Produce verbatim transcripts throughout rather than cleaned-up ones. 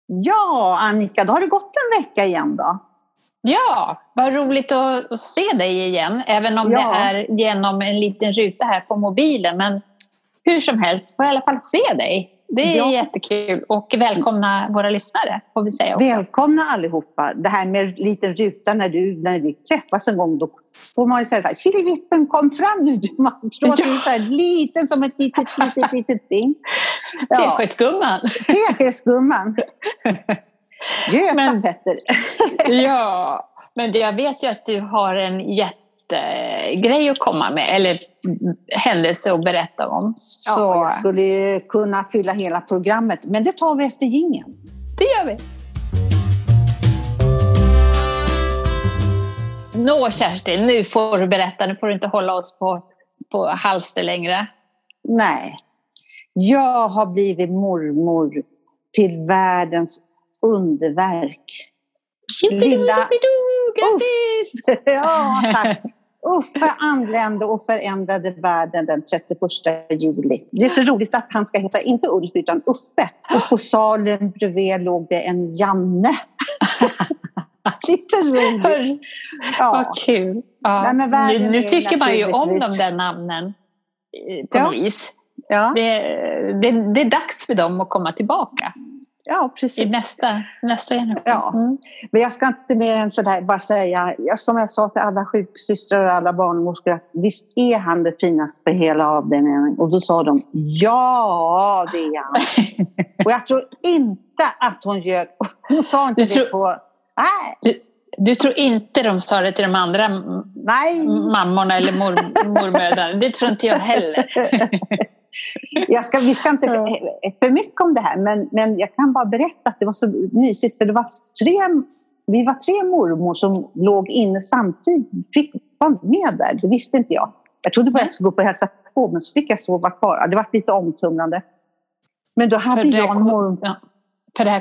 Ja, Annika, då har det gått en vecka igen då. Ja, vad roligt att, att se dig igen. Även om Ja. det är genom en liten ruta här på mobilen. Men hur som helst får jag i alla fall se dig. Det är Ja. jättekul. Och välkomna våra lyssnare, får vi säga också. Välkomna allihopa. Det här med liten ruta när, du, när vi träffas en gång, då får man ju säga så här, Killevippen, kom fram nu. Man förstår att du är så här liten som ett litet, litet, litet ting. Ja. Teskedsgumman. Teskedsgumman. Göta Men- Petter. Ja, men jag vet ju att du har en jättegrej att komma med. Eller händelse att berätta om. Så Ja, jag skulle kunna fylla hela programmet, men det tar vi efter jingeln. det gör vi. Nå Kerstin, nu får du berätta. Nu får du inte hålla oss på, på halster längre. Nej, jag har blivit mormor till världens underverk. Lilla Grattis! Ja, tack. Uffe anlände och förändrade världen den trettioförsta juli. Det är så roligt att han ska heta inte Ulf utan Uffe. Och på salen bredvid låg det en Janne. Lite roligt. Ja. Vad kul. Ja. Nej, men världen nu nu är tycker man ju om naturligtvis- de där namnen eh, på Ja. något vis. Ja, Det, det, det är dags för dem att komma tillbaka ja, i precis. nästa, nästa generation. Ja. Mm. Men jag ska inte mer än sådär bara säga, jag, som jag sa till alla sjuksystrar och alla barnmorskor, att visst är han det finaste för hela avdelningen? Och då sa de, ja det är han. Och jag tror inte att hon ljög. Hon sa inte Du det tror- på, nej, Du, du tror inte de sa det till de andra m- nej. mammorna eller mor, mormödrarna? Det tror inte jag heller. Jag ska, vi ska inte Ja. för, för mycket om det här, men, men jag kan bara berätta att det var så mysigt, för det var tre, vi var tre mormor som låg inne samtidigt, fick vara med där, det visste inte jag. Jag trodde bara jag skulle gå upp och hälsa på, men så fick jag sova kvar. Det var lite omtumlande. Men då hade För det, jag en mormor. ja, för det här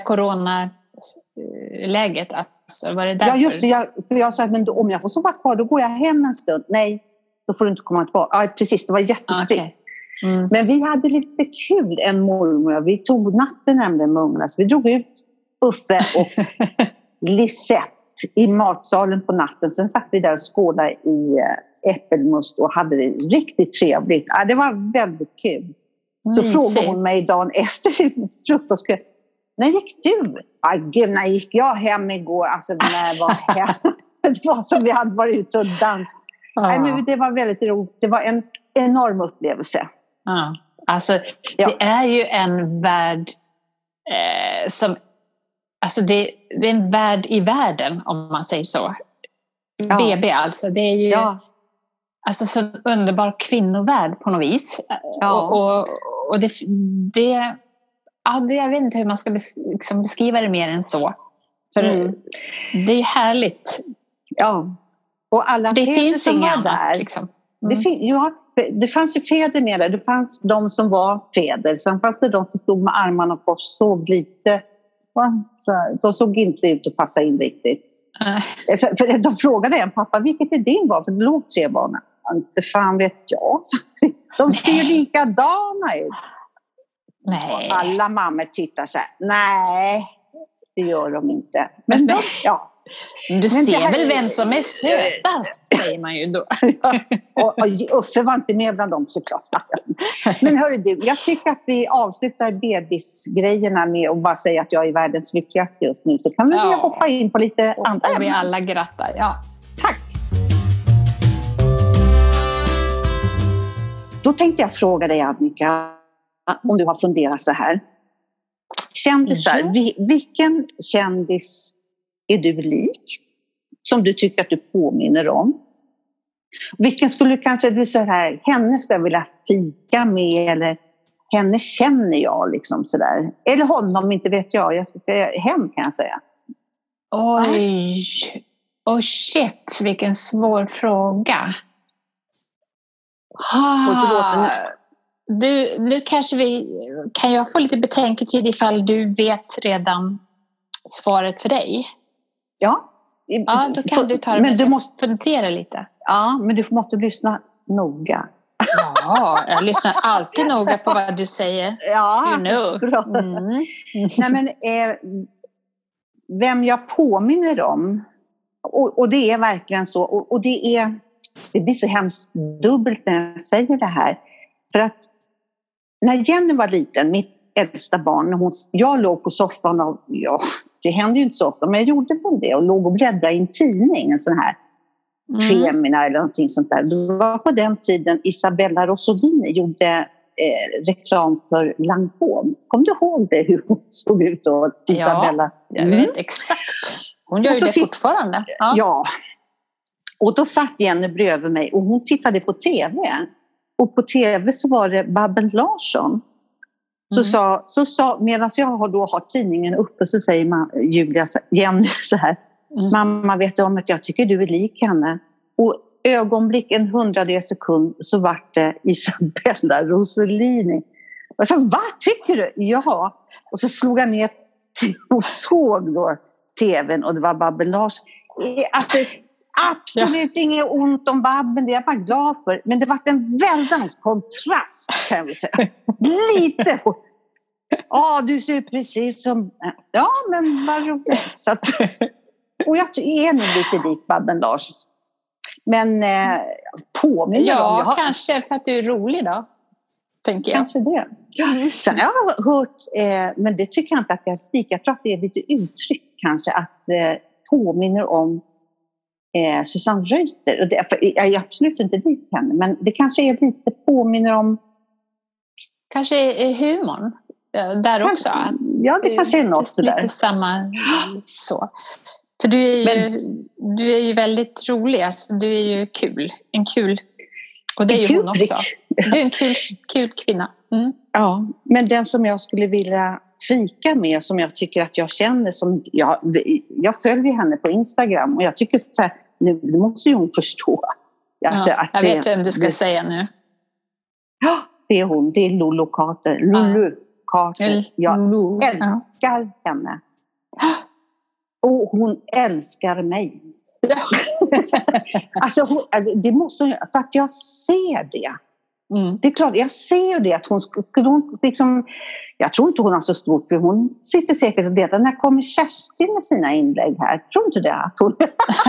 coronaläget, alltså, var det därför? Ja just det, jag, för jag sa, men då, om jag får sova kvar då går jag hem en stund. Nej, då får du inte komma tillbaka. Ja precis, det var jättestrikt. Ah, okay. Mm. Men vi hade lite kul, en mormor. Vi tog natten nämligen med ungarna. Så vi drog ut Uffe och Lisette i matsalen på natten. Sen satt vi där och skålade i eh, äppelmust och hade det riktigt trevligt. Ja, det var väldigt kul. Så Mysigt. frågade hon mig dagen efter frukost. När gick du? Aj, gud, när gick jag hem igår? Alltså när var hem? Det var som vi hade varit ute och dansat. Ja. Nej, men det var väldigt roligt. Det var en enorm upplevelse. Ja. Alltså, Ja. det är ju en värld eh, som... Alltså det, det är en värld i världen, om man säger så. Ja. B B alltså, det är ju Ja, alltså så en underbar kvinnovärld på något vis. Ja. Och, och, och det, det, ja, det... Jag vet inte hur man ska bes, liksom beskriva det mer än så. För Mm. det är härligt. ja. Och alla Det fäder finns som inga var annat. där. Liksom. Det, Mm. fin- ja, det fanns ju fäder med där. Det fanns de som var fäder. Sen fanns det de som stod med armarna och kors, såg lite... va, så här, de såg inte ut att passa in riktigt. Äh. Så- För de frågade en pappa, vilket är din barn? För det låg tre barn. Inte fan vet jag. De ser likadana ut. Nej. Alla mammor tittar så här. Nej, det gör de inte. Men de, ja. Du det ser här väl är- vem som är sötast, säger man ju då. Och, och Uffe var inte med bland dem såklart. Men hörru du, jag tycker att vi avslutar bebisgrejerna med att bara säga att jag är världens lyckligaste just nu. Så kan vi Ja. hoppa in på lite andra Och vi ämnen. alla grattar. Ja. Tack! Då tänkte jag fråga dig, Annika, om du har funderat så här. Kändisar, Ja. vi, vilken kändis är du lik? Som du tycker att du påminner om? Vilken skulle kanske du så här, henne skulle jag vilja fika med, eller henne känner jag liksom sådär. Eller honom, inte vet jag. Jag ska säga hem, kan jag säga. Oj. Oh shit, vilken svår fråga. Och det låter- Ah, du, nu kanske vi... Kan jag få lite betänketid ifall du vet redan svaret för dig? Ja. Ja, då kan du ta det Men med du så måste, fundera lite. ja, men du måste lyssna noga. Ja, jag lyssnar alltid noga på vad du säger. Ja, You know. bra. Mm. Nej, men, eh, vem jag påminner om. Och, och det är verkligen så. Och, och det är, det blir så hemskt dubbelt när jag säger det här. För att när Jenny var liten, mitt äldsta barn, hon, jag låg på soffan och ja, det hände ju inte så ofta, men jag gjorde väl det och låg och bläddrade i en tidning, en sån här mm. Femina eller någonting sånt där. Det var på den tiden Isabella Rossellini gjorde eh, reklam för Lancôme. Kom du ihåg det, hur hon såg ut då, Isabella? Ja, jag vet mm. exakt. Hon gör ju det fortfarande. Ja. ja. Och då satt Jenny bredvid mig och hon tittade på tv. Och på tv så var det Babben Larsson. Så, mm. sa, så sa, medan jag då har tidningen uppe så säger man, Julia, Jenny så här. Mm. Mamma, vet du om att jag tycker du är lik henne? Och ögonblick, en hundradel sekund så var det Isabella Rossellini. Och så, vad tycker du? Ja. Och så slog jag ner och såg då tvn och det var Babben Larsson. Alltså, absolut ja. Inget ont om Babben, det är jag bara glad för. Men det var en väldans kontrast, kan jag väl säga. Lite. Ja, du ser precis som... Ja, men vad roligt. Så att, och jag är nog lite lik Babben Larsson. Men eh, påminner ja, om... Ja, kanske för att du är rolig då. Tänker jag. Kanske det. Ja. Sen har jag hört, eh, men det tycker jag inte att jag är lik. Jag tror att det är lite uttryck kanske att eh, påminner om eh, Susanne Reuter. Och det, jag är absolut inte lik henne, men det kanske är lite påminner om... Kanske är humorn där kanske, också. Ja, det kanske är något lite, där. Lite samma så. För du är ju, men, du är ju väldigt rolig. Alltså, du är ju kul. En kul... Och det är ju hon också. Du är en kul, kul kvinna. Mm. Ja, men den som jag skulle vilja fika med, som jag tycker att jag känner, som jag, jag följer henne på Instagram och jag tycker så här, nu nu måste ju hon förstå. Alltså, ja, att jag det, vet vem du ska det, säga nu. Ja, det är hon. Det är Lolo Carter. Lulu Carter. Jag Lulu. älskar ja. henne. Och hon älskar mig. alltså, hon, det måste hon göra, för att jag ser det. Mm. Det är klart, jag ser det att hon skulle hon, liksom, jag tror inte hon har så stort, för hon sitter säkert och letar. När kommer Kerstin med sina inlägg här? Tror inte det? Att hon...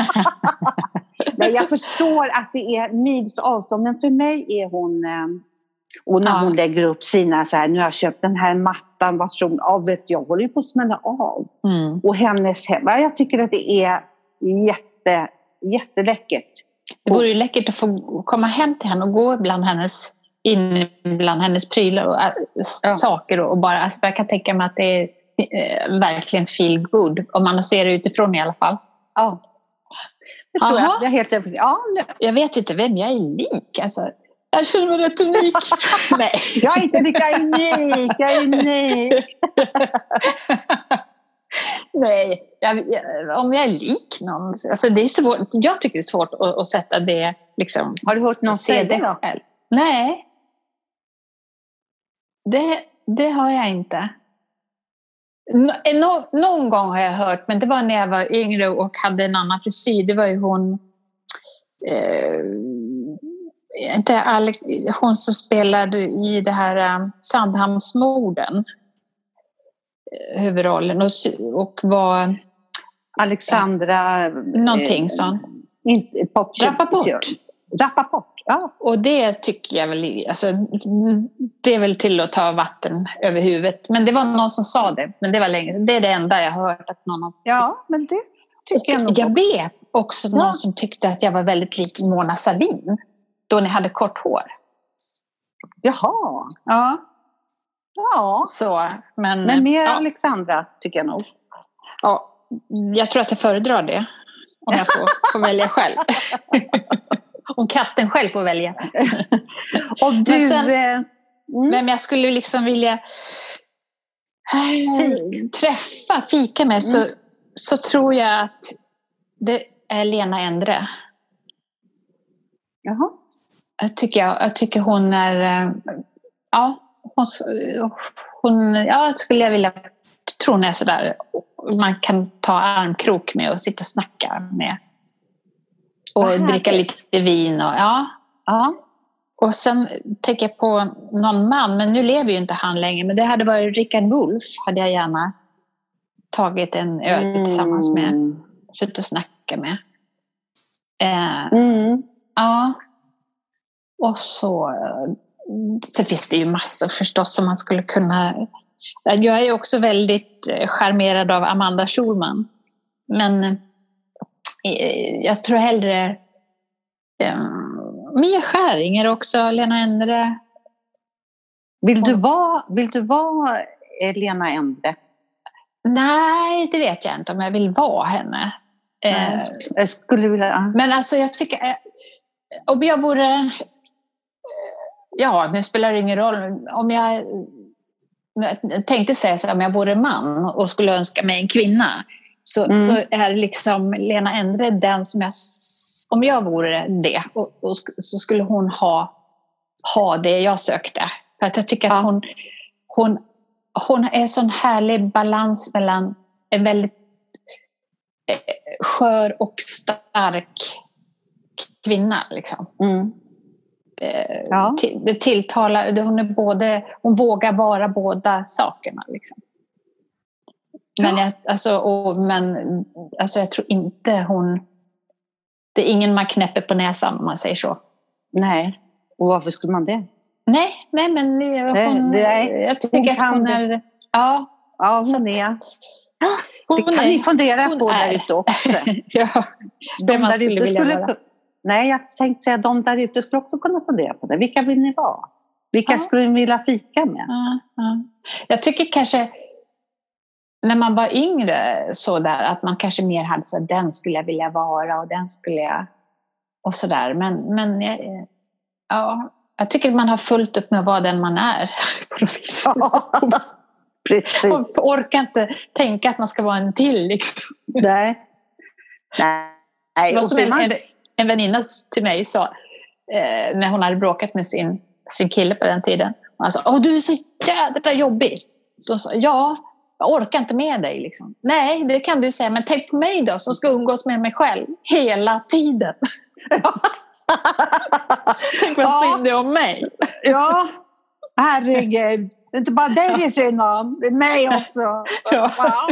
Nej, jag förstår att det är mils avstånd, men för mig är hon... Och när ja. hon lägger upp sina så här, nu har jag köpt den här mattan, vad tror hon? Ja, vet jag, håller ju på att smälla av. Mm. Och hennes hem, jag tycker att det är jätte, jätteläckert. Det vore ju läckert att få komma hem till henne och gå bland hennes, in bland hennes prylar och äh, ja. saker och bara, alltså jag kan tänka mig att det är äh, verkligen feel good, om man ser det utifrån i alla fall. Ja. Det tror jag. Jag är helt ja, jag vet inte vem jag är lik, alltså. Jag känner mig rätt unik. Nej. Jag är inte lika unik, jag är unik. Nej, jag, jag, om jag är lik någon, alltså det är svårt, jag tycker det är svårt att, att sätta det liksom. Har du hört någon säga det då? Nej. Det, det har jag inte. Nå, någon gång har jag hört, men det var när jag var yngre och hade en annan frisyr. Det var ju hon eh, inte Alex, hon som spelade i det här um, Sandhamnsmorden, huvudrollen och, och var Alexandra eh, någonting eh, sånt. Rappaport. Rappaport, ja. Och det tycker jag väl, alltså, det är väl till att ta vatten över huvudet. Men det var någon som sa det, men det var länge sedan. Det är det enda jag har hört att någon har tyckt. Ja, men det tycker jag nog. Jag vet också någon ja. som tyckte att jag var väldigt lik Mona Sahlin då ni hade kort hår. Jaha. Ja. Ja. Så, men, men mer ja. Alexandra tycker jag nog. Ja, jag tror att jag föredrar det. Om jag får, får välja själv. Om katten själv får välja. Och du... Men, sen, mm. men jag skulle liksom vilja Fik. träffa, fika med, mm. så, så tror jag att det är Lena Endre. Jaha. Jag tycker, jag, jag tycker hon är... Ja, hon, hon, ja, skulle jag vilja tro när jag sådär, man kan ta armkrok med och sitta och snacka med. Och Aha, dricka okay. lite vin. Och, ja. Ja. Och sen tänker jag på någon man, men nu lever ju inte han längre. Men det hade varit Rickard Wolff, hade jag gärna tagit en öl Mm. tillsammans med, suttit och snackat med. Eh, Mm. Ja. Och så, så finns det ju massor förstås som man skulle kunna... Jag är också väldigt charmerad av Amanda Schulman. Men eh, jag tror hellre eh, Mia Skäringer också, Lena Endre. Vill du vara, vill du vara Lena Endre? Nej, det vet jag inte om jag vill vara henne. Nej, jag skulle vilja... Men alltså jag tycker... Om jag vore... Ja, nu spelar det ingen roll. Om jag... Jag tänkte säga så här, om jag vore man och skulle önska mig en kvinna. Så, mm. så är liksom Lena Endre den som jag... Om jag vore det, och, och, så skulle hon ha, ha det jag sökte. För att jag tycker ja. att hon... hon Hon är en sån härlig balans mellan en väldigt skör och stark kvinna. Liksom. Mm. Ja. Det tilltalar, hon, är både, hon vågar vara båda sakerna. Liksom. Men, ja. jag, alltså, och, men alltså, jag tror inte hon... Det är ingen man knäpper på näsan om man säger så. Nej, och varför skulle man det? Nej, nej men hon, nej, jag tycker hon att hon är... Det. Ja, ja hon är... Hon det kan är, ni fundera på är. Där ute också. Ja, de man skulle vilja skulle, vara. Nej, jag tänkte säga de där ute skulle också kunna fundera på det. Vilka vill ni vara? Vilka ja. skulle ni vilja fika med? Ja, ja. Jag tycker kanske när man var yngre så där att man kanske mer hade så den skulle jag vilja vara och den skulle jag och så där. Men, men ja... Jag tycker man har fullt upp med att vara den man är. På något vis. Ja, precis. Och orkar inte tänka att man ska vara en till. Liksom. Nej. Nej. Och som en, man... en väninna till mig sa, eh, när hon hade bråkat med sin, sin kille på den tiden. Han sa, åh du är så jävla jobbig. Så sa ja, jag orkar inte med dig. Liksom. Nej, det kan du säga. Men tänk på mig då, som ska umgås med mig själv hela tiden. Tänk vad ja. synd det är om mig. Ja, herregud. Det är inte bara dig det är synd om, det är mig också. Ja. Wow.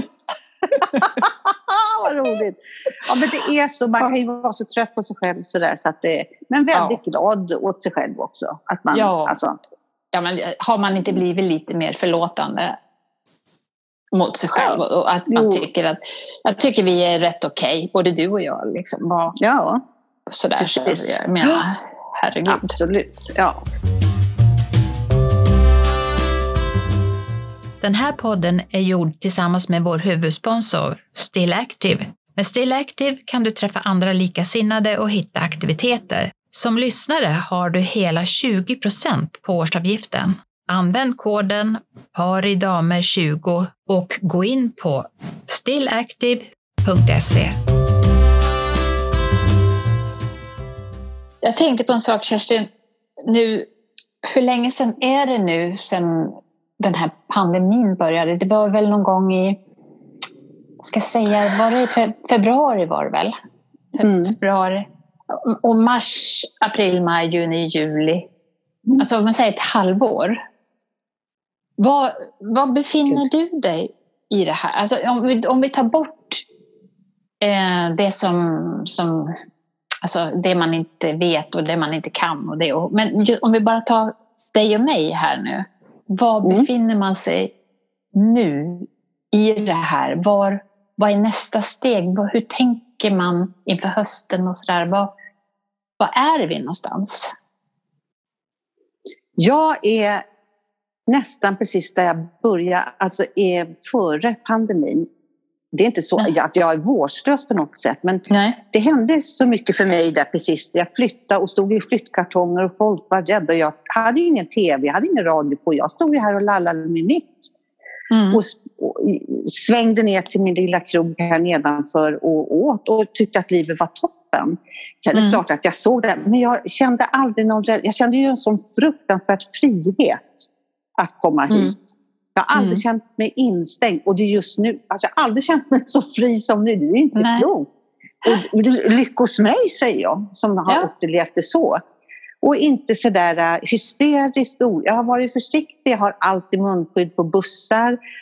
Vad roligt. Ja, men det är så, man kan ju vara så trött på sig själv så där, så att det, men väldigt ja. glad åt sig själv också. Att man, ja. Alltså, ja, men har man inte blivit lite mer förlåtande mot sig själv ja. och att man jo. tycker att jag tycker vi är rätt okej, okay, både du och jag liksom. Var, ja. Sådär, så jag menar, herregud. Absolut, ja. Den här podden är gjord tillsammans med vår huvudsponsor Still Active. Med Still Active kan du träffa andra likasinnade och hitta aktiviteter. Som lyssnare har du hela tjugo procent på årsavgiften. Använd koden paridamer tjugo och gå in på stillactive punkt se. Jag tänkte på en sak, Kerstin. Nu, hur länge sedan är det nu sedan den här pandemin började? Det var väl någon gång i, ska jag säga, var det fe- februari var det väl? Mm. Februari. Och mars, april, maj, juni, juli. Mm. Alltså om man säger ett halvår. Var, var befinner du dig i det här? Alltså om vi, om vi tar bort eh, det som... som Alltså det man inte vet och det man inte kan. Och det. Men om vi bara tar dig och mig här nu. Var mm. befinner man sig nu i det här? Var, vad är nästa steg? Hur tänker man inför hösten och sådär? Var, var är vi någonstans? Jag är nästan precis där jag började. Alltså är före pandemin. Det är inte så Nej. att jag är vårdslös på något sätt, men Nej. det hände så mycket för mig där precis. Jag flyttade och stod i flyttkartonger och folk var rädda. Jag hade ju ingen tv, jag hade ingen radio på. Jag stod ju här och lallade med mitt. Mm. Och, och svängde ner till min lilla krog här nedanför och åt och tyckte att livet var toppen. Sen mm. är det klart att jag såg det, men jag kände aldrig någon rädd. Jag kände ju en sån fruktansvärd frihet att komma hit. Mm. Jag har aldrig mm. känt mig instängd. Och det är just nu. Alltså jag har aldrig känt mig så fri som nu. Det är inte klokt. Och lyckos mig, säger jag. Som har ja. upplevt det så. Och inte sådär hysteriskt. Jag har varit försiktig. Jag har alltid munskydd på bussar.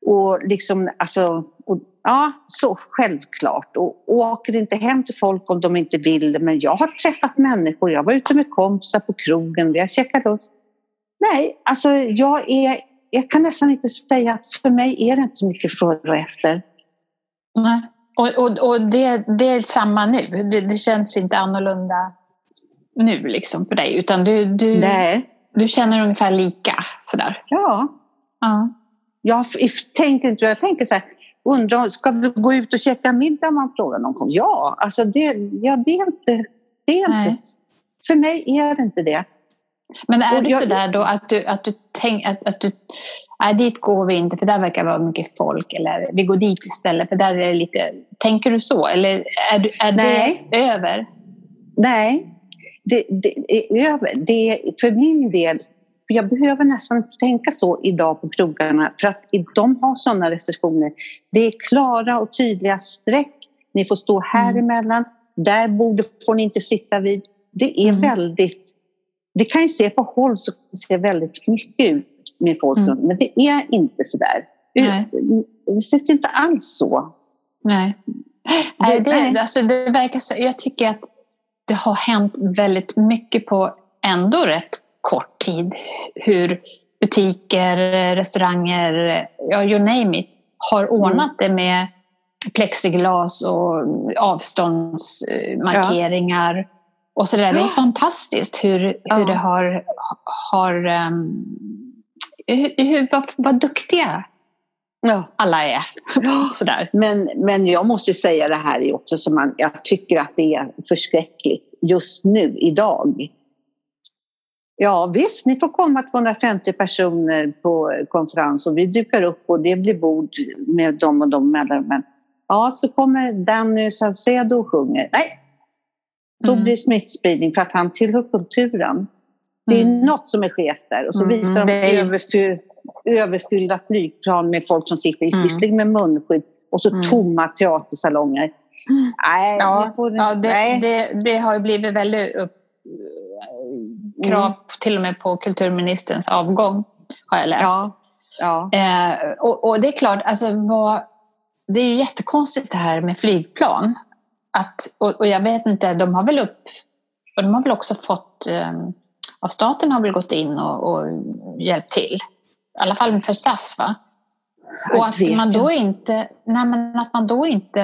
Och liksom, alltså, och, ja, så självklart. Och, och åker inte hem till folk om de inte vill det. Men jag har träffat människor, jag var ute med kompisar på krogen, vi har checkat oss. Nej, alltså jag är, jag kan nästan inte säga att för mig är det inte så mycket före och efter. Nej. Och, och, och det, det är samma nu, det, det känns inte annorlunda nu liksom för dig, utan du, du, Nej. du känner ungefär lika sådär. Ja. Ja. Jag tänker inte, jag tänker så här, undrar, ska vi gå ut och käka middag om man frågar någon? Ja, alltså det, ja, det är inte, det är inte, för mig är det inte det. Men är och du jag, sådär då att du, att du tänker att, att du, nej dit går vi inte för där verkar vara mycket folk, eller vi går dit istället för där är det lite, tänker du så? Eller är, du, är nej. det över? Nej, det, det är över. Det är för min del, för jag behöver nästan inte tänka så idag på krogarna, för att de har sådana restriktioner. Det är klara och tydliga streck. Ni får stå här mm. emellan. Där borde får ni inte sitta vid. Det är mm. väldigt, det kan ju se på håll så ser väldigt mycket ut med folk, mm. men det är inte så där. Det sitter inte alls så. Nej. Det, det, alltså det verkar så, jag tycker att det har hänt väldigt mycket på ändå rätt kort tid. Hur butiker, restauranger, ja, you name it, har ordnat mm. det med plexiglas och avståndsmarkeringar ja. och så där. Det är fantastiskt hur, hur ja. det har, har um, hur, hur, vad, vad duktiga ja. alla är. Sådär. Men, men jag måste ju säga det här är också som man, jag tycker att det är förskräckligt just nu, idag. Ja visst, ni får komma tvåhundrafemtio personer på konferens och vi dukar upp och det blir bord med dem och de medlemmarna. Ja, så kommer Danny Saucedo och sjunger. Nej, då mm. blir smittspridning för att han tillhör kulturen. Det är mm. något som är skevt där. Och så mm. visar de är... överfyll, överfyllda flygplan med folk som sitter i mm. med munskydd och så mm. tomma teatersalonger. Mm. Nej, ja, det, får... ja, det, Nej. Det, det har ju blivit väldigt upp... krav mm. till och med på kulturministerns avgång har jag läst. Ja. Ja. Eh, och, och det är klart, alltså vad... det är ju jättekonstigt det här med flygplan. Att, och, och jag vet inte, de har väl upp... och de har väl också fått... Eh, av staten har väl gått in och, och hjälpt till. I alla fall för S A S, va? Jag och att man då inte... Nej, men att man då inte...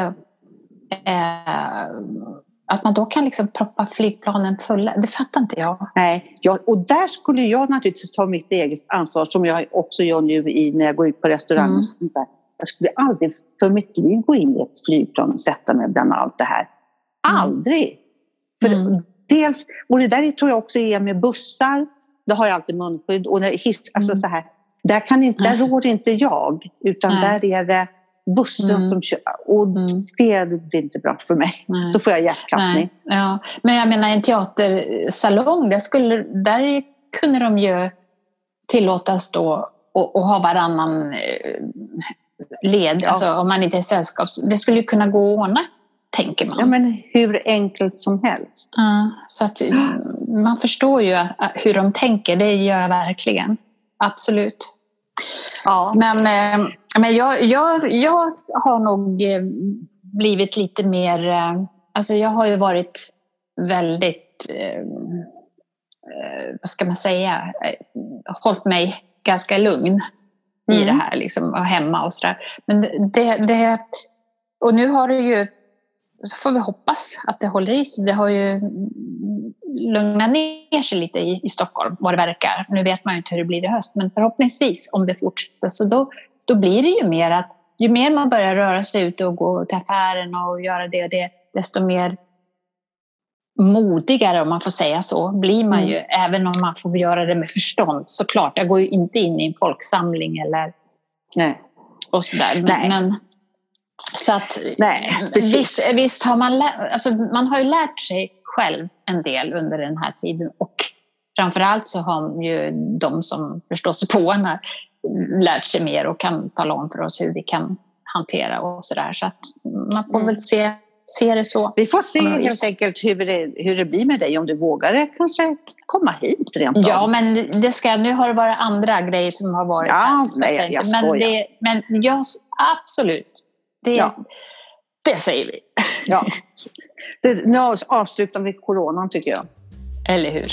Eh, att man då kan liksom proppa flygplanen fulla, det fattar inte jag. Nej, jag, och där skulle jag naturligtvis ta mitt eget ansvar som jag också gör nu i, när jag går ut på restaurang. Mm. Jag skulle aldrig för mitt liv gå in i ett flygplan och sätta mig bland allt det här. Mm. Aldrig! För mm. dels, och det där tror jag också är med bussar, det har jag alltid munskydd. Och när hiss, alltså mm. så här, där, kan inte, där rår inte jag, utan Nej. där är det bussen mm. som kör. Och mm. det blir inte bra för mig. Nej. Då får jag hjärtklappning. Ja. Men jag menar en teatersalong, där, skulle, där kunde de ju tillåtas då och, och ha varannan led. Ja. Alltså om man inte är sällskaps. Det skulle ju kunna gå att ordna, tänker man. Ja, men hur enkelt som helst. Ja, så att man förstår ju hur de tänker. Det gör jag verkligen. Absolut. Ja. Men, men jag, jag, jag har nog blivit lite mer... Alltså jag har ju varit väldigt... Vad ska man säga? Hållit mig ganska lugn mm. i det här. Liksom, och hemma och sådär. Men det, det... Och nu har det ju... Så får vi hoppas att det håller i sig. Det har ju lugnat ner sig lite i, i Stockholm, vad det verkar. Nu vet man ju inte hur det blir i höst, men förhoppningsvis om det fortsätter. Så då, då blir det ju mer att ju mer man börjar röra sig ut och gå till affären och göra det och det, desto mer modigare, om man får säga så, blir man ju. Mm. Även om man får göra det med förstånd, såklart. Jag går ju inte in i en folksamling eller Nej. och sådär. Men, Nej. men så att Nej, visst, visst har man lärt, alltså man har ju lärt sig själv en del under den här tiden, och framförallt så har ju de som förstår sig på henne lärt sig mer och kan tala om för oss hur vi kan hantera och sådär, så att man får mm. väl se, se det så. Vi får se helt enkelt hur det, hur det blir med dig, om du vågar kanske komma hit rent av. Ja, men det ska, nu har det varit andra grejer som har varit ja, här. Nej, jag, jag skojar. Men, det, men jag, absolut, det, ja. det säger vi. Ja. Det, nu avslutar vi coronan tycker jag. Eller hur?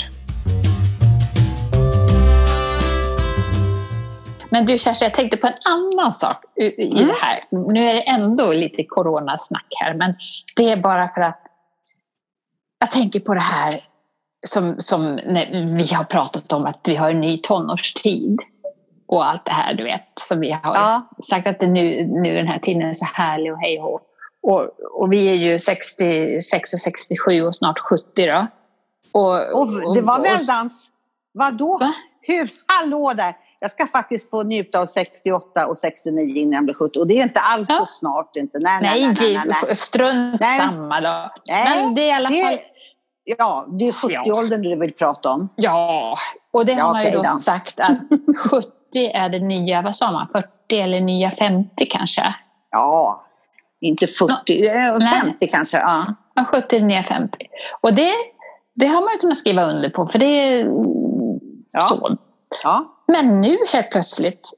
Men du Kerstin, jag tänkte på en annan sak i, i mm. det här. Nu är det ändå lite coronasnack här, men det är bara för att jag tänker på det här som, som när vi har pratat om att vi har en ny tonårstid och allt det här, du vet, som vi har ja. sagt att det nu, nu den här tiden är så härlig och hej och, och, och vi är ju sextiosex och sextiosju och snart sjuttio då. Och, och det var väl dans? Vadå? Va? Hur? Hallå där! Jag ska faktiskt få njuta av sextioåtta och sextionio innan jag blir sjuttio. Och det är inte alls ja. så snart. Inte. Nej, nej, nej, nej, nej, nej. Strunt nej. samma då. Nej, men det är i alla det, fall... Ja, det är sjuttio-åldern ja. du vill prata om. Ja, och det ja, har man ju då då. sagt att sjuttio är det nya, vad sa man, fyrtio eller nya femtio kanske? Ja, inte fyrtio, no, femtio nej. kanske. Ja. Ja, sjuttio är det nya femtio. Och det, det har man ju kunnat skriva under på, för det är ja. så. Ja. Men nu helt plötsligt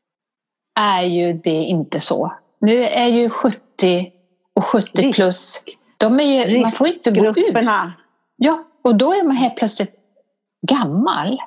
är ju det inte så. Nu är ju sjuttio och sjuttio Risk. plus. De är ju, man får inte gå ut. Ja, och då är man helt plötsligt gammal.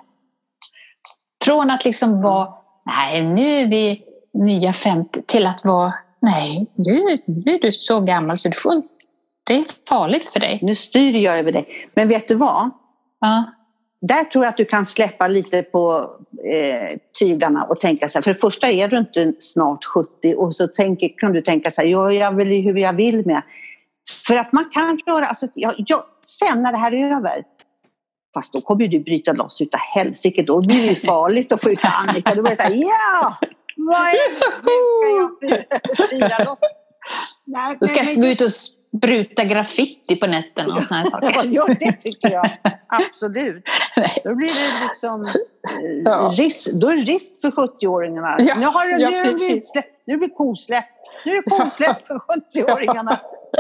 Från att liksom vara, nej nu är vi nya femtio, till att vara, nej nu, nu är du så gammal så du får inte, det är farligt för dig. Nu styr jag över dig. Men vet du vad? Ja. Där tror jag att du kan släppa lite på eh, tyglarna och tänka så här. För det första är du inte snart sjuttio och så tänker, kan du tänka så här, ja, jag vill hur jag vill med. För att man kan röra, alltså, jag, jag, sen när det här är över, fast då kommer du bryta loss utav helsike, då blir det farligt att få ut Annika. Då blir det så här, ja, vad är det? Nu ska jag fira loss. Nej, då ska jag gå ut och spruta graffiti på nätterna och såna här saker. Ja, det tycker jag. Absolut. Då blir det liksom ja. risk, då är det risk för sjuttio-åringarna. Ja, nu har det, ja, nu, blir släpp, nu blir kosläpp. Nu är det kosläpp för sjuttio-åringarna.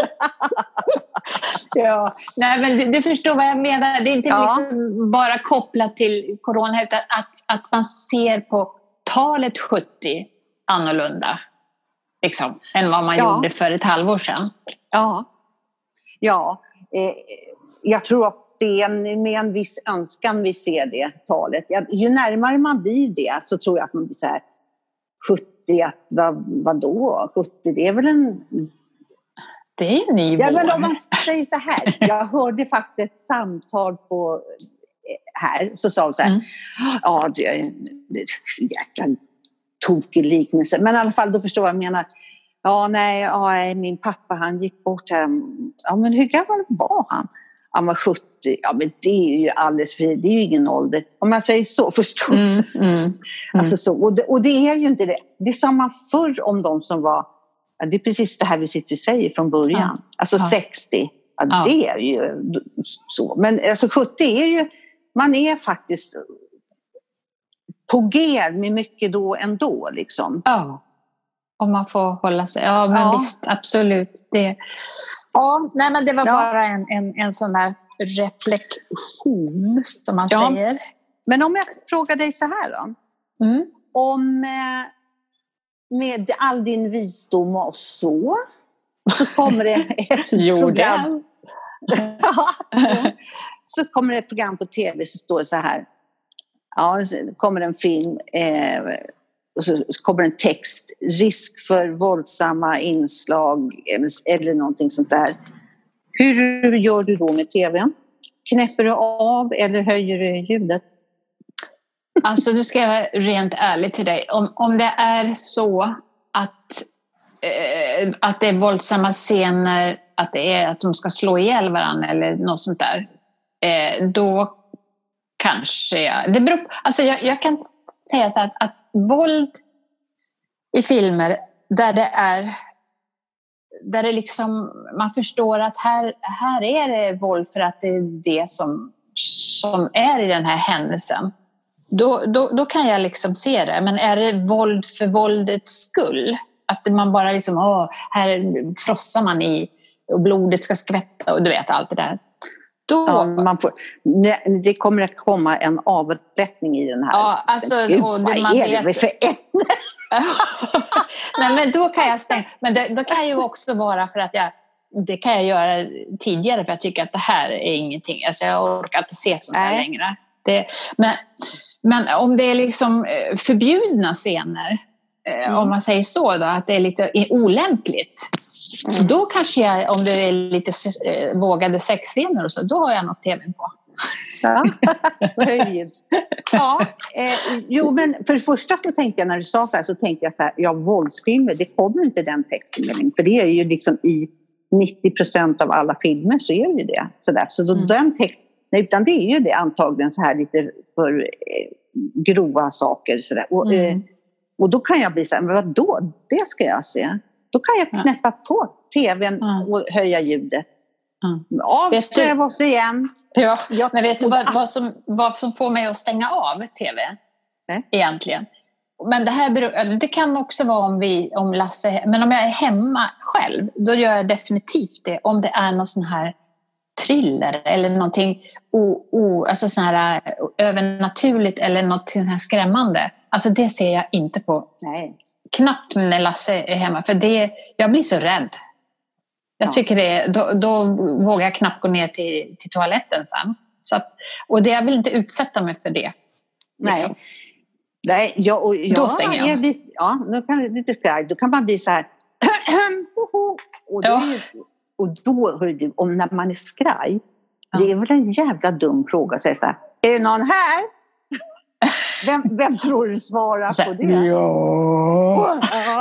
Ja, nej men du, du förstår vad jag menar. Det är inte ja. liksom bara kopplat till corona, utan att, att man ser på talet sjuttio annorlunda. Liksom, än vad man ja. gjorde för ett halvår sedan. Ja, ja. Eh, jag tror att det är med en viss önskan vi ser det talet. Ju närmare man blir det så tror jag att man blir så här sjuttio, att, vad, vadå? sjuttio, det är väl en... Det är en ny ja, men om man säger så här, jag hörde faktiskt ett samtal på här, så sa hon så här, mm. ja det är en jäkla tokig liknelse, men i alla fall då förstår jag vad jag menar. Ja, nej, ja, min pappa han gick bort här. Ja, men hur gammal var han? Han var sjuttio. Ja, men det är ju alldeles för, det är ju ingen ålder. Om man säger så, förstår du? Mm, mm, mm. Alltså så. Och det, och det är ju inte det. Det är samma förr om de som var, ja, det är precis det här vi sitter och säger från början. Ja. Alltså ja. sextio. Ja, ja, det är ju så. Men alltså sjuttio är ju, man är faktiskt på G med mycket då ändå liksom. Ja. Om man får hålla sig. Ja, men ja. visst, absolut. Det, ja, nej, men det var ja. bara en, en, en sån där reflektion som man ja. säger. Men om jag frågar dig så här då. Mm. Om eh, med all din visdom och så, så kommer det ett program. Så kommer det ett program på tv så står det så här. Ja, så kommer en film eh, och så kommer en text, risk för våldsamma inslag eller, eller någonting sånt där. Hur gör du då med tvn? Knäpper du av eller höjer du ljudet? Alltså nu ska jag vara rent ärlig till dig. Om, om det är så att, eh, att det är våldsamma scener, att det är att de ska slå ihjäl varandra eller något sånt där, eh, då kanske jag... Det beror, alltså jag, jag kan säga så att, att våld i filmer där det är där det liksom man förstår att här, här är det våld för att det är det som, som är i den här händelsen, då, då, då kan jag liksom se det. Men är det våld för våldets skull, att man bara liksom, åh, här frossar man i och blodet ska skvätta och du vet allt det där. Då... Ja, man får, det kommer att komma en avrättning i den här. Ja, alltså, Gud, och det, vad man är det vet... för ämne? Nej, men då kan jag stänga. Men det, då kan ju också vara för att jag, det kan jag göra tidigare för jag tycker att det här är ingenting. Alltså jag orkar inte se sånt här längre. Det, men, men om det är liksom förbjudna scener, mm. om man säger så då, att det är lite olämpligt. Mm. Då kanske jag, om det är lite vågade sexscener och så, då har jag något tvn på. Ja, ja eh, jo men för det första så tänkte jag när du sa så här så tänkte jag så här, ja våldsfilmer, det kommer inte den texten med, för det är ju liksom i nittio procent av alla filmer så är det ju det. Så, där. så då, mm. den texten, utan det är ju det antagligen så här lite för eh, grova saker så där. Och, mm. eh, och då kan jag bli så här, men vadå, det ska jag se. Då kan jag knäppa ja. på tvn mm. och höja ljudet. Mm. Avsträv oss igen. Ja, jag, men vet du vad, vad, som, vad som får mig att stänga av tv? Nej. Egentligen. Men det här beror, det kan också vara om, vi, om Lasse, men om jag är hemma själv, då gör jag definitivt det. Om det är någon sån här thriller eller någonting o, o, alltså sån här övernaturligt eller något sån här skrämmande. Alltså det ser jag inte på. Nej. Knappt när Lasse är hemma, för det, jag blir så rädd. Jag tycker det, då, då vågar jag knappt gå ner till, till toaletten sen. Så att, och det, jag vill inte utsätta mig för det. Nej, liksom. Nej jag, och, jag, då stänger jag. jag blir, ja, då kan, lite skraj, då kan man bli så här. och, ja. är, och då, hörru, om när man är skraj, ja. det är väl en jävla dum fråga att säga så här. Är det någon här? Vem, vem tror du svarar så, på det? Ja.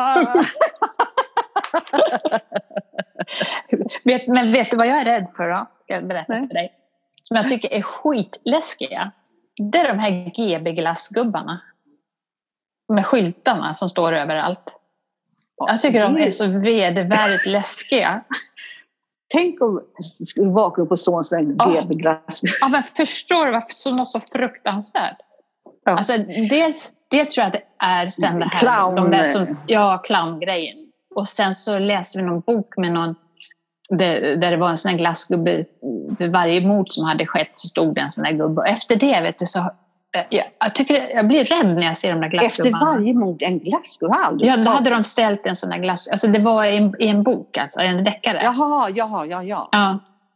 vet, men vet du vad jag är rädd för då? Ska jag berätta Nej. för dig. Som jag tycker är skitläskiga. Det är de här G B-glassgubbarna. Med skyltarna som står överallt. Jag tycker de är så vedervärdigt läskiga. Tänk om du skulle vakna upp och stå en sån här G B-glass. Ja, men förstår du varför som är så fruktansvärt? Ja. Alltså, dels, dels tror jag att det är sen det här. Clown. De där som, ja, clowngrejen. Och sen så läste vi någon bok med någon där, där det var en sån här glassgubbe. Vid varje mord som hade skett så stod det en sån här gubbe. Och efter det, vet du, så jag, jag, tycker, jag blir rädd när jag ser de där glassgubbarna. Efter varje mord en glassgubbe? Ja, då hade de ställt en sån där glass. Alltså det var i en, i en bok, alltså en deckare. Jaha, jaha, ja, ja. ja.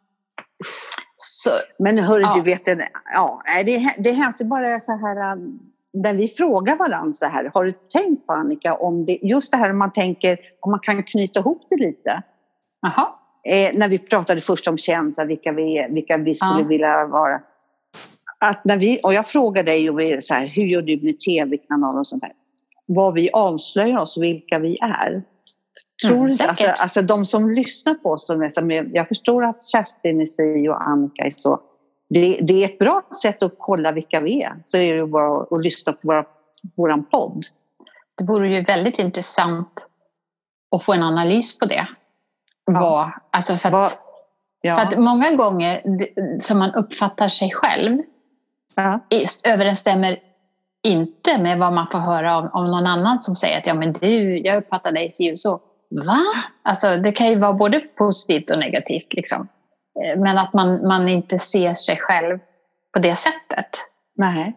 Så, men hörru, ja. du vet, ja, det, det händer bara så här, där vi frågar varandra så här, har du tänkt på, Annika, om det, just det här om man tänker, om man kan knyta ihop det lite. Jaha. Eh, när vi pratade först om känsla, vilka vi, vilka vi skulle ja. vilja vara. Att när vi, och jag frågade dig ju så här, hur gör du med tv-kanaler och sånt där? Vad vi avslöjar oss, vilka vi är. Tror mm, du, alltså, alltså de som lyssnar på oss, som är, som är, jag förstår att Kerstin är si och Annika är så. Det, det är ett bra sätt att kolla vilka vi är. Så är det bara att lyssna på våra, våran podd. Det vore ju väldigt intressant att få en analys på det. Ja. Vad, alltså för, att, Vad, ja. för att många gånger som man uppfattar sig själv ja. överensstämmer inte med vad man får höra om, om någon annan som säger att ja, men du, jag uppfattar dig si och så. Va? Alltså det kan ju vara både positivt och negativt liksom. Men att man, man inte ser sig själv på det sättet. Nej.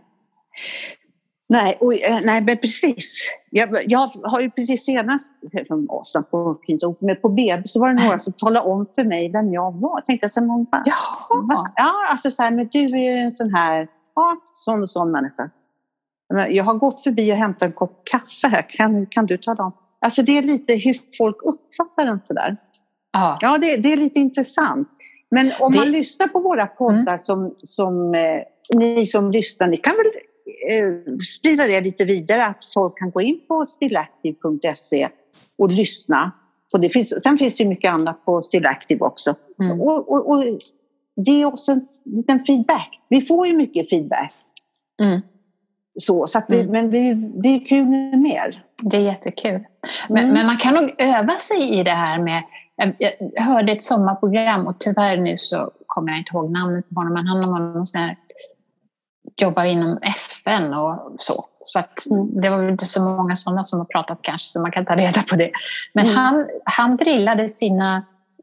Nej, och, nej men precis. Jag, jag har ju precis senast på, med på B B så var det några som talade om för mig vem jag var. Jag tänkte så här, Jaha. Ja, alltså så här, men du är ju en sån här, ja, sån och sån människa. Jag har gått förbi och hämtat en kopp kaffe här. Kan, kan du ta dem? Alltså det är lite hur folk uppfattar den sådär. Ja, ja det, det är lite intressant. Men om det... man lyssnar på våra poddar mm. som, som eh, ni som lyssnar, ni kan väl eh, sprida det lite vidare, att folk kan gå in på stillactive punkt se och lyssna. Och det finns, sen finns det ju mycket annat på Stillactive också. Mm. Och, och, och ge oss en liten feedback. Vi får ju mycket feedback. Mm. Så, så att vi, mm. men det, det är kul med mer. Det är jättekul. Men, mm. men man kan nog öva sig i det här med... Jag, jag hörde ett sommarprogram och tyvärr nu så kommer jag inte ihåg namnet på honom, men han var någon sån här, jobbar inom F N och så. Så att mm. det var väl inte så många sådana som har pratat kanske, så man kan ta reda på det. Men mm. han, han drillade sina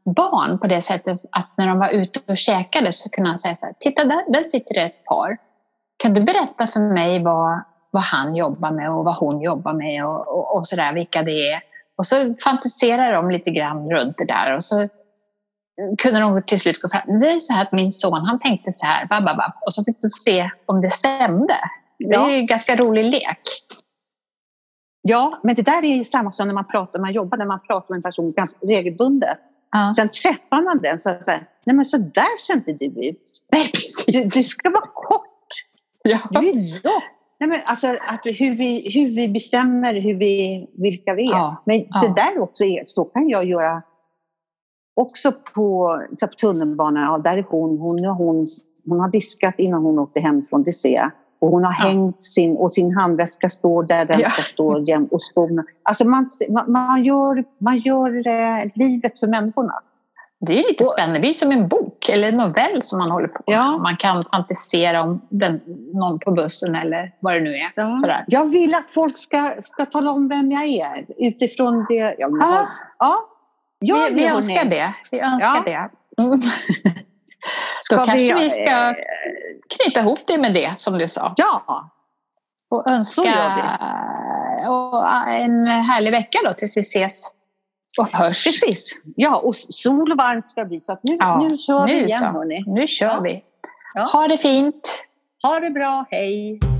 barn på det sättet att när de var ute och käkade så kunde han säga så här, titta där, där sitter det ett par. Kan du berätta för mig vad, vad han jobbar med och vad hon jobbar med och, och, och sådär, vilka det är. Och så fantiserar de lite grann runt det där och så kunde de till slut gå fram. Det är så här att min son, han tänkte så här, bababab, och så fick du se om det stämde. Det är ju en ganska rolig lek. Ja, men det där är ju samma som när man pratar, man jobbar, när man pratar med en person ganska regelbundet. Ja. Sen träffar man den så säger, nej men så där ser inte du ut. Nej, precis. Du, du ska vara kort. Ja. Du är lång. Nej, men alltså att hur vi, hur vi bestämmer hur vi, vilka vi är. Ja. Men ja. Det där också är, så kan jag göra också på, så på tunnelbanan. Ja, där är hon, hon, hon, hon har diskat innan hon åkte hem från D C. Och hon har ja. hängt sin, och sin handväska står där den ja. ska stå jäm, och skorna. Alltså man, man, man gör, man gör eh, livet för människorna. Det är lite och, spännande. Det är som en bok eller en novell som man håller på med. Ja. Man kan fantisera om den, någon på bussen eller vad det nu är. Ja. Sådär. Jag vill att folk ska, ska tala om vem jag är utifrån det. Ja, ja. ja. Vi, vi önskar det. Vi önskar ja. det. Mm. Då kanske vi, vi ska knyta ihop det med det som du sa. Ja. Och önska och en härlig vecka då tills vi ses och hörs. Precis. Ja, och sol och varmt ska bli så att nu, ja, nu kör nu vi igen, hörni. Nu kör ja. vi. Ja. Ha det fint. Ha det bra, hej.